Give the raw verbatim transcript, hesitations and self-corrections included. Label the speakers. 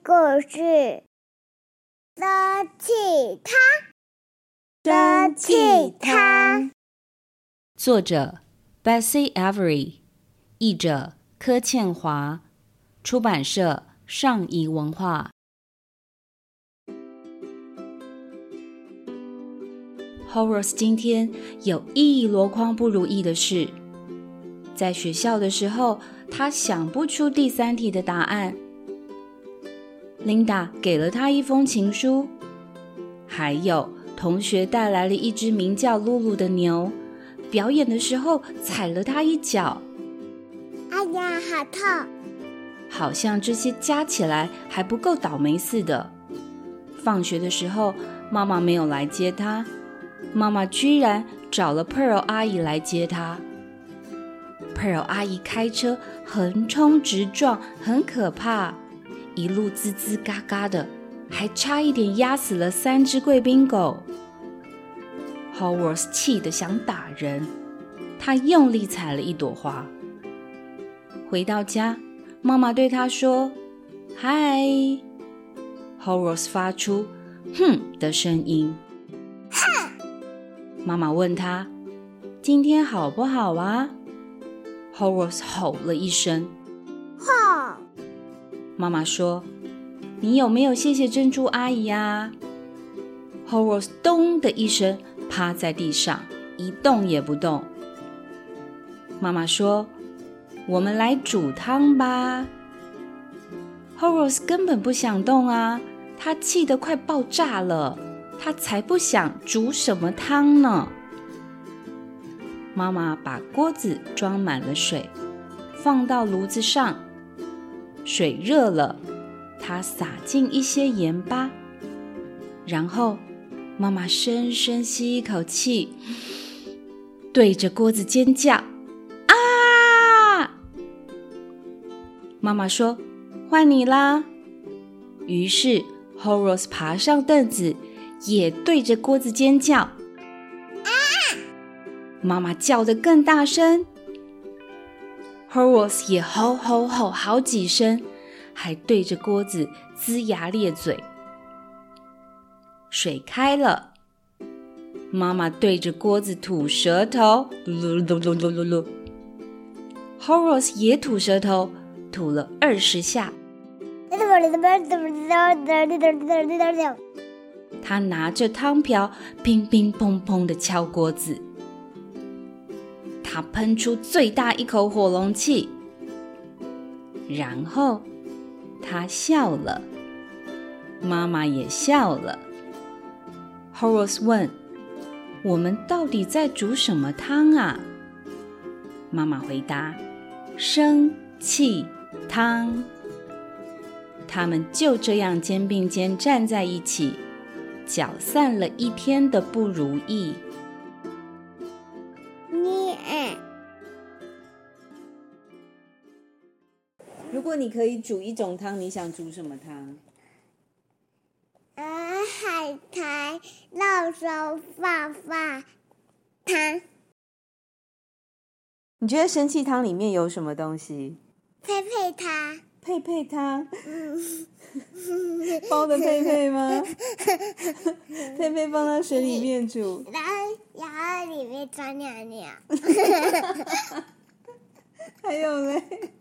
Speaker 1: 故事，生气汤，生气汤。
Speaker 2: 作者 Bessie Avery， 译者柯倩华，出版社上译文化。Horace 今天有一箩筐不如意的事。在学校的时候，他想不出第三题的答案。Linda 给了他一封情书，还有同学带来了一只名叫露露的牛，表演的时候踩了他一脚。
Speaker 1: 哎呀，好痛！
Speaker 2: 好像这些加起来还不够倒霉似的。放学的时候，妈妈没有来接他，妈妈居然找了 Pearl 阿姨来接他。Pearl 阿姨开车横冲直撞，很可怕，一路吱吱嘎嘎的，还差一点压死了三只贵宾狗。Horace 气得想打人，他用力踩了一朵花。回到家，妈妈对他说：“嗨。” Horace 发出“哼”的声音。
Speaker 1: 哼！
Speaker 2: 妈妈问他：“今天好不好啊？” Horace 吼了一声。
Speaker 1: 吼！
Speaker 2: 妈妈说：“你有没有谢谢珍珠阿姨啊？” Horace 咚的一声趴在地上，一动也不动。妈妈说：“我们来煮汤吧。” Horace 根本不想动啊，他气得快爆炸了，他才不想煮什么汤呢。妈妈把锅子装满了水，放到炉子上。水热了，她撒进一些盐巴，然后妈妈深深吸一口气，对着锅子尖叫：“啊！”妈妈说：“换你啦。”于是 Horace 爬上凳子，也对着锅子尖叫。妈妈叫得更大声， Horace 也吼吼吼好几声，还对着锅子龇牙咧嘴。水开了，妈妈对着锅子吐舌头，噜噜噜噜噜噜。Horace 也吐舌头，吐了二十下。他拿着汤瓢，乒乒乓乓地敲锅子。他喷出最大一口火龙气，然后他笑了，妈妈也笑了。Horace 问：“我们到底在煮什么汤啊？”妈妈回答：“生气汤。”他们就这样肩并肩站在一起，搅散了一天的不如意。如果你可以煮一种汤，你想煮什么汤？
Speaker 1: 呃，海苔肉松饭饭汤。
Speaker 2: 你觉得生气汤里面有什么东西？
Speaker 1: 佩佩汤。
Speaker 2: 佩佩汤？
Speaker 1: 嗯，
Speaker 2: 包的佩佩吗？佩佩放到水里面煮，
Speaker 1: 然后然后里面装尿尿。
Speaker 2: 还有嘞。